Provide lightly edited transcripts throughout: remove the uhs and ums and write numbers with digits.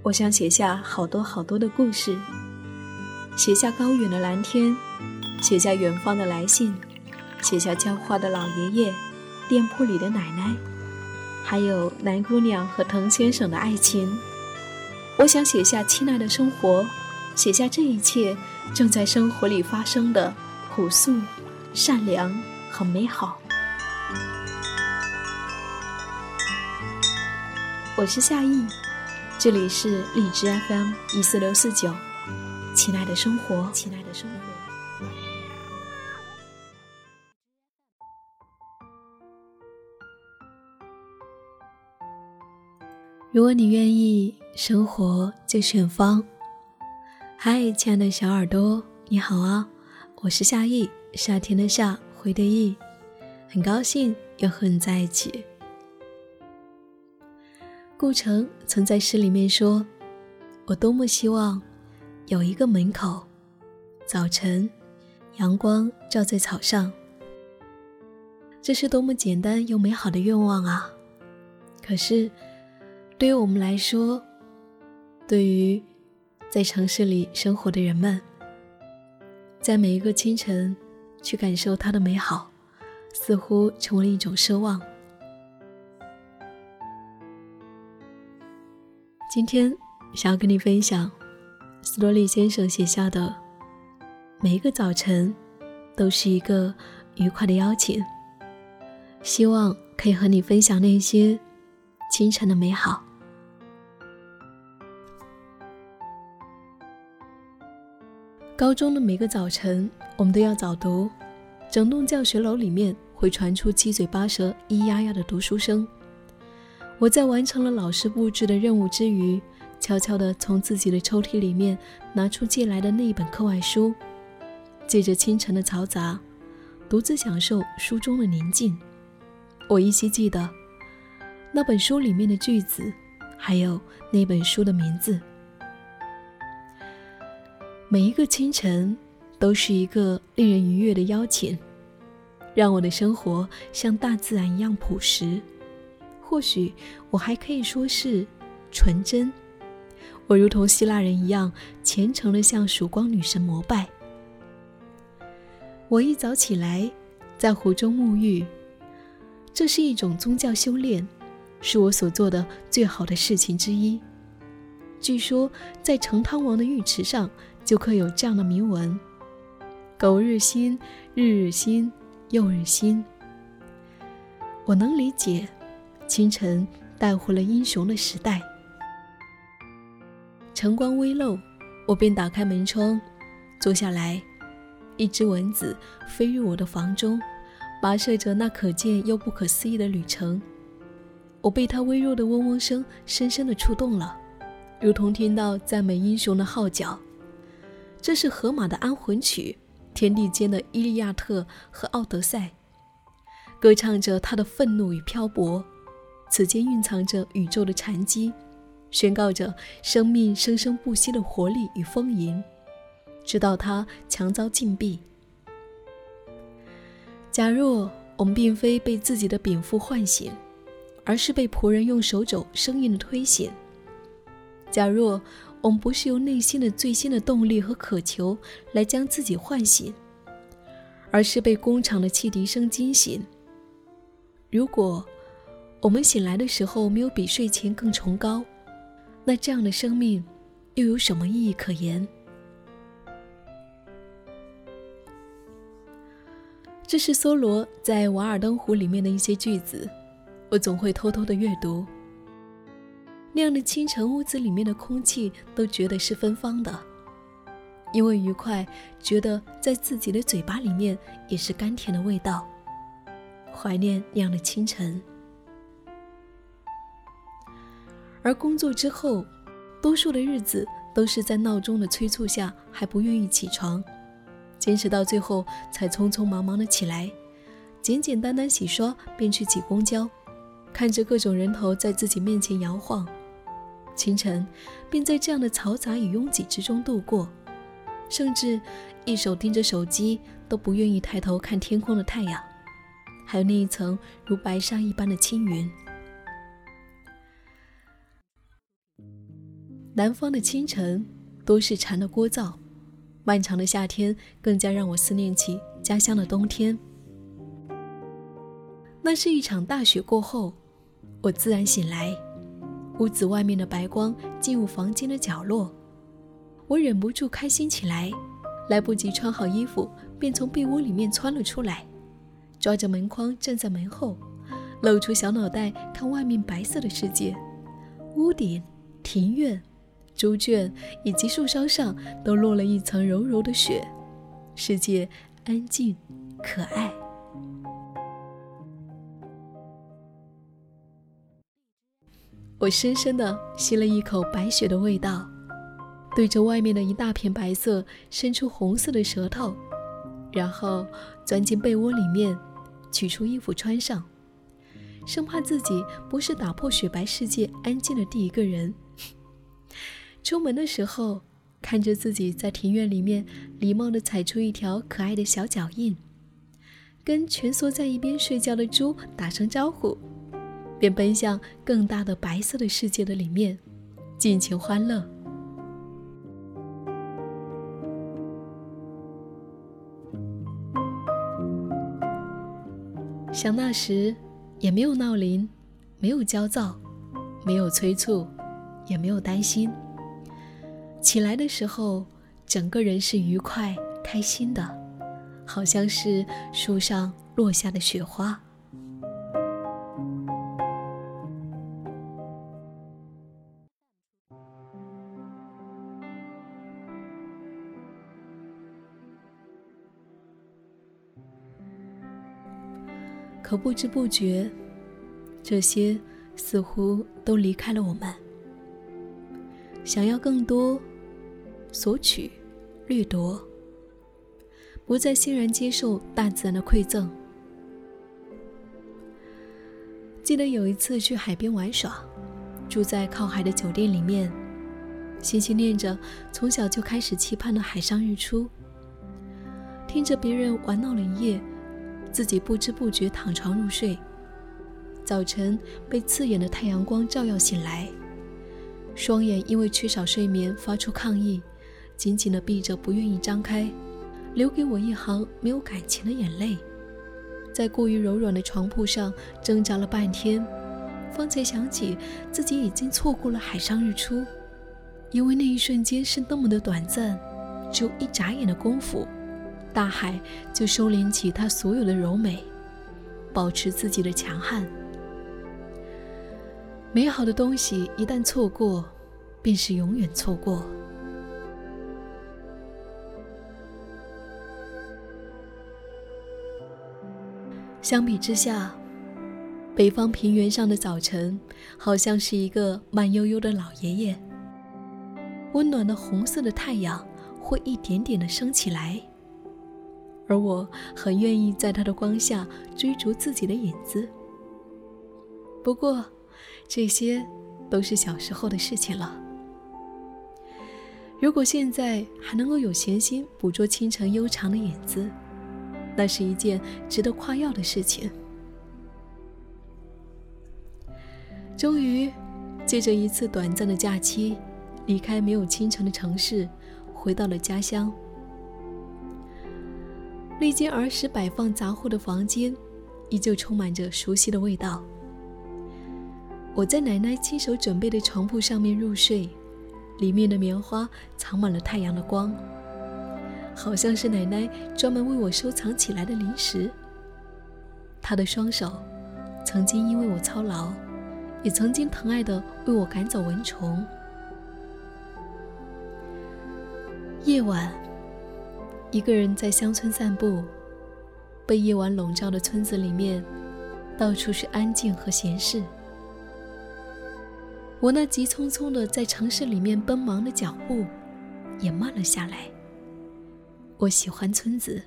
我想写下好多好多的故事，写下高远的蓝天，写下远方的来信，写下浇花的老爷爷，店铺里的奶奶，还有南姑娘和滕先生的爱情。我想写下亲爱的生活，写下这一切正在生活里发生的朴素、善良和美好。我是夏意，这里是荔枝 FM 14649，亲爱的生活，亲爱的生活。如果你愿意，生活就是远方。嗨，亲爱的小耳朵，你好啊，我是夏意，夏天的夏，回的意，很高兴又和你在一起。顾城曾在诗里面说，我多么希望有一个门口，早晨阳光照在草上。这是多么简单又美好的愿望啊！可是对于我们来说，对于在城市里生活的人们，在每一个清晨去感受它的美好，似乎成为了一种奢望。今天想要跟你分享斯多利先生写下的每一个早晨都是一个愉快的邀请，希望可以和你分享那些清晨的美好。高中的每个早晨我们都要早读，整栋教学楼里面会传出七嘴八舌咿咿呀呀的读书声。我在完成了老师布置的任务之余，悄悄地从自己的抽屉里面拿出借来的那一本课外书，借着清晨的嘈杂，独自享受书中的宁静。我依稀记得那本书里面的句子，还有那本书的名字。每一个清晨都是一个令人愉悦的邀请，让我的生活像大自然一样朴实，或许我还可以说是纯真。我如同希腊人一样虔诚地向曙光女神膜拜。我一早起来在湖中沐浴，这是一种宗教修炼，是我所做的最好的事情之一。据说在成汤王的浴池上就刻有这样的铭文：苟日新，日日新，又日新。我能理解，清晨带回了英雄的时代。晨光微露，我便打开门窗，坐下来。一只蚊子飞入我的房中，跋涉着那可见又不可思议的旅程。我被它微弱的嗡嗡声深深地触动了，如同听到赞美英雄的号角。这是荷马的安魂曲，天地间的伊利亚特和奥德赛，歌唱着他的愤怒与漂泊，此间蕴藏着宇宙的禅机，宣告着生命生生不息的活力与丰盈，直到它强遭禁闭。假若我们并非被自己的禀赋唤醒，而是被仆人用手肘生硬的推醒；假若我们不是由内心的最新的动力和渴求来将自己唤醒，而是被工厂的汽笛声惊醒；如果我们醒来的时候没有比睡前更崇高，那这样的生命又有什么意义可言？这是梭罗在《瓦尔登湖》里面的一些句子，我总会偷偷地阅读。那样的清晨，屋子里面的空气都觉得是芬芳的，因为愉快，觉得在自己的嘴巴里面也是甘甜的味道。怀念那样的清晨。而工作之后，多数的日子都是在闹钟的催促下还不愿意起床，坚持到最后才匆匆忙忙的起来，简简单单洗刷便去挤公交，看着各种人头在自己面前摇晃，清晨便在这样的嘈杂与拥挤之中度过，甚至一手盯着手机都不愿意抬头看天空的太阳，还有那一层如白纱一般的青云。 南方的清晨都是蝉的聒噪，漫长的夏天更加让我思念起家乡的冬天。那是一场大雪过后，我自然醒来，屋子外面的白光进入房间的角落，我忍不住开心起来，来不及穿好衣服，便从被窝里面窜了出来，抓着门框站在门后，露出小脑袋看外面白色的世界。屋顶、庭院、猪圈以及树梢上都落了一层柔柔的雪，世界安静可爱。我深深地吸了一口白雪的味道，对着外面的一大片白色伸出红色的舌头，然后钻进被窝里面，取出衣服穿上，生怕自己不是打破雪白世界安静的第一个人。出门的时候，看着自己在庭院里面礼貌地踩出一条可爱的小脚印，跟蜷缩在一边睡觉的猪打声招呼，便奔向更大的白色的世界的里面，尽情欢乐。想那时也没有闹铃，没有焦躁，没有催促，也没有担心。起来的时候，整个人是愉快开心的，好像是树上落下的雪花。可不知不觉，这些似乎都离开了我们。想要更多，索取、掠夺，不再欣然接受大自然的馈赠。记得有一次去海边玩耍，住在靠海的酒店里面，心心念着从小就开始期盼的海上日出，听着别人玩闹了一夜，自己不知不觉躺床入睡，早晨被刺眼的太阳光照耀醒来，双眼因为缺少睡眠发出抗议，紧紧地闭着不愿意张开，留给我一行没有感情的眼泪。在过于柔软的床铺上挣扎了半天，方才想起自己已经错过了海上日出，因为那一瞬间是那么的短暂，只有一眨眼的功夫，大海就收敛起它所有的柔美，保持自己的强悍。美好的东西一旦错过，便是永远错过。相比之下，北方平原上的早晨好像是一个慢悠悠的老爷爷，温暖的红色的太阳会一点点地升起来，而我很愿意在它的光下追逐自己的影子。不过这些都是小时候的事情了。如果现在还能够有闲心捕捉清晨悠长的影子，那是一件值得夸耀的事情。终于借着一次短暂的假期，离开没有清晨的城市，回到了家乡。历经儿时摆放杂货的房间依旧充满着熟悉的味道。我在奶奶亲手准备的床铺上面入睡，里面的棉花藏满了太阳的光，好像是奶奶专门为我收藏起来的零食。她的双手曾经因为我操劳，也曾经疼爱地为我赶走蚊虫。夜晚，一个人在乡村散步，被夜晚笼罩的村子里面，到处是安静和闲适。我那急匆匆的在城市里面奔忙的脚步也慢了下来。我喜欢村子，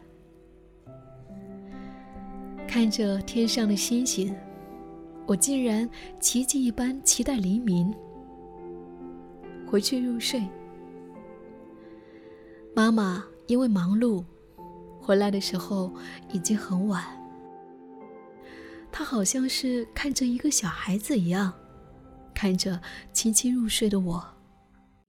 看着天上的星星，我竟然奇迹一般期待黎明。回去入睡，妈妈因为忙碌，回来的时候已经很晚。她好像是看着一个小孩子一样，看着轻轻入睡的我，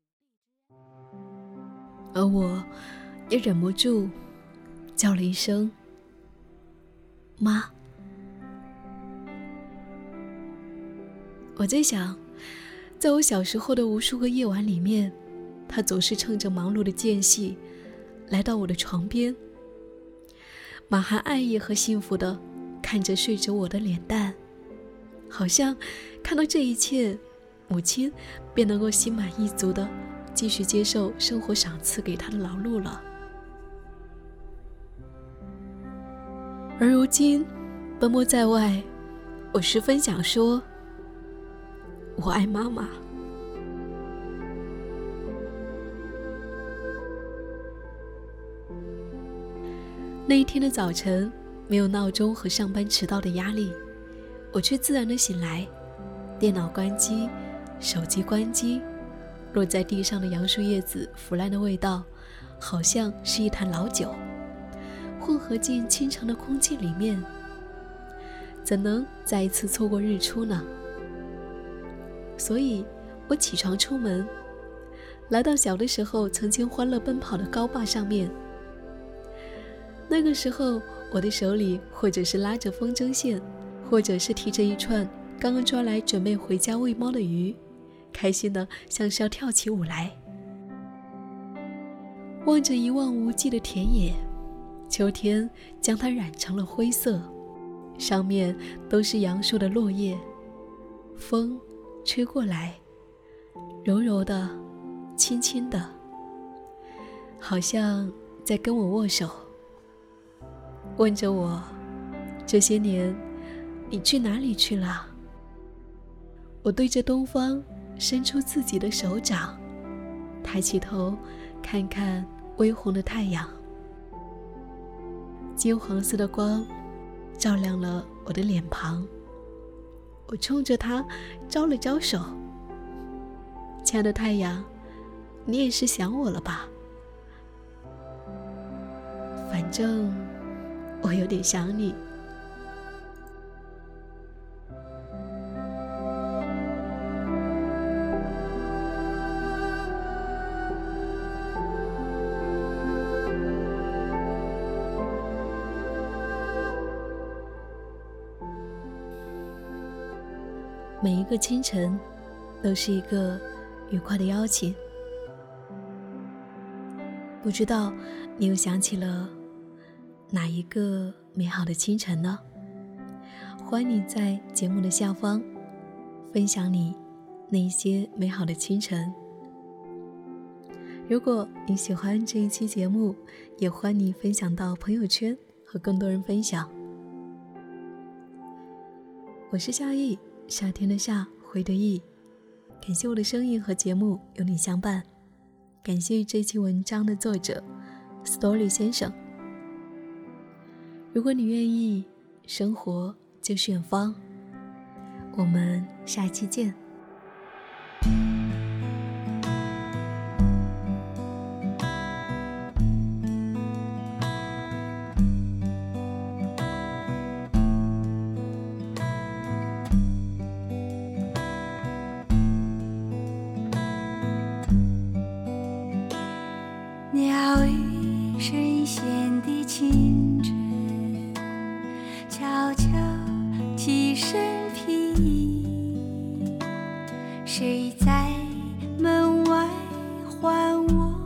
而我也忍不住叫了一声妈。我在想，在我小时候的无数个夜晚里面，他总是趁着忙碌的间隙来到我的床边，满含爱意和幸福的看着睡着我的脸蛋，好像看到这一切，母亲便能够心满意足的继续接受生活赏赐给他的劳碌了。而如今奔波在外，我十分想说，我爱妈妈。那一天的早晨，没有闹钟和上班迟到的压力，我却自然地醒来，电脑关机，手机关机，落在地上的杨树叶子腐烂的味道，好像是一坛老酒，混合进清长的空气里面，怎能再一次错过日出呢？所以我起床出门，来到小的时候曾经欢乐奔跑的高坝上面。那个时候，我的手里或者是拉着风筝线，或者是提着一串刚刚抓来准备回家喂猫的鱼，开心的像是要跳起舞来。望着一望无际的田野，秋天将它染成了灰色，上面都是杨树的落叶，风吹过来，柔柔的，轻轻的，好像在跟我握手，问着我，这些年你去哪里去了？我对着东方伸出自己的手掌，抬起头看看微红的太阳，金黄色的光照亮了我的脸庞。我冲着它招了招手，亲爱的太阳，你也是想我了吧？反正我有点想你。每一个清晨都是一个愉快的邀请，不知道你又想起了哪一个美好的清晨呢？欢迎你在节目的下方分享你那一些美好的清晨。如果你喜欢这一期节目，也欢迎你分享到朋友圈和更多人分享。我是夏意，夏天的夏，回的意。感谢我的声音和节目有你相伴，感谢这期文章的作者 Story 先生。如果你愿意，生活就是远方。我们下期见。 鸟语声线的清晨，悄悄起身披衣，谁在门外唤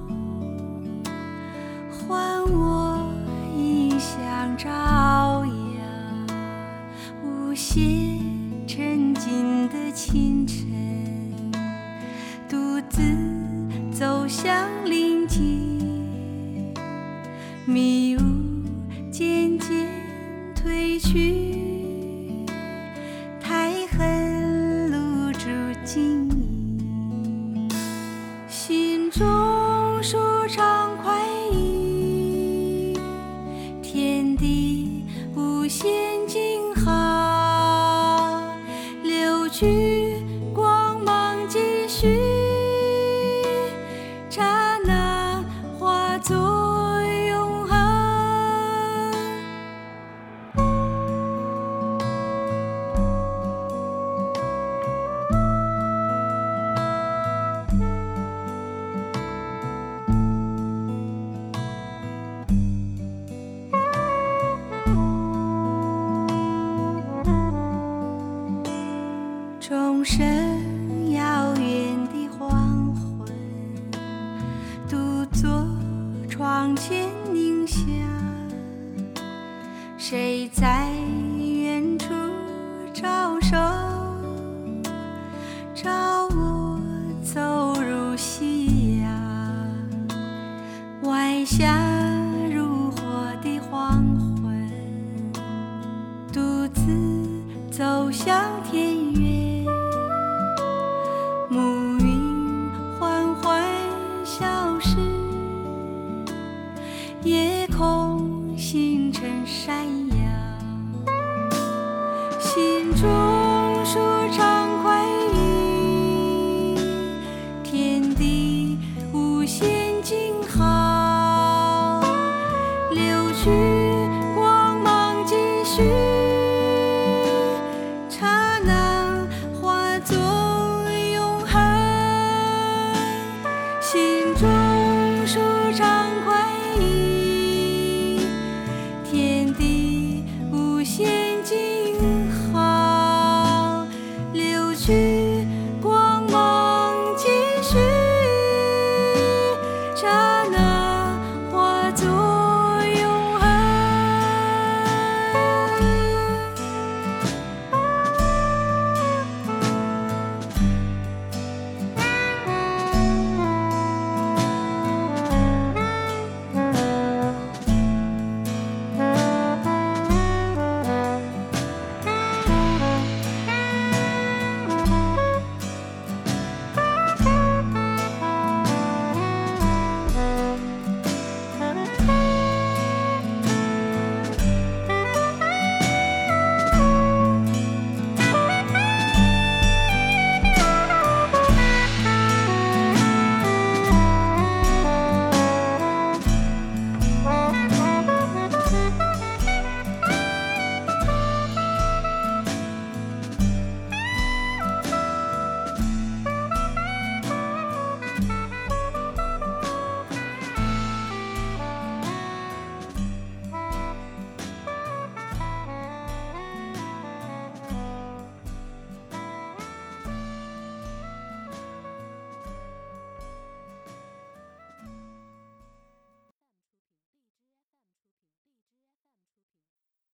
我迎向朝阳。无限沉静的清晨，独自走向林间，迷雾渐渐褪去，苔痕露珠晶莹，心中舒畅快意，天地无限静好，流去光芒继续，刹那化作永恒。 钟声遥远的黄昏，独坐窗前凝想，谁在远处招手，招我走入心。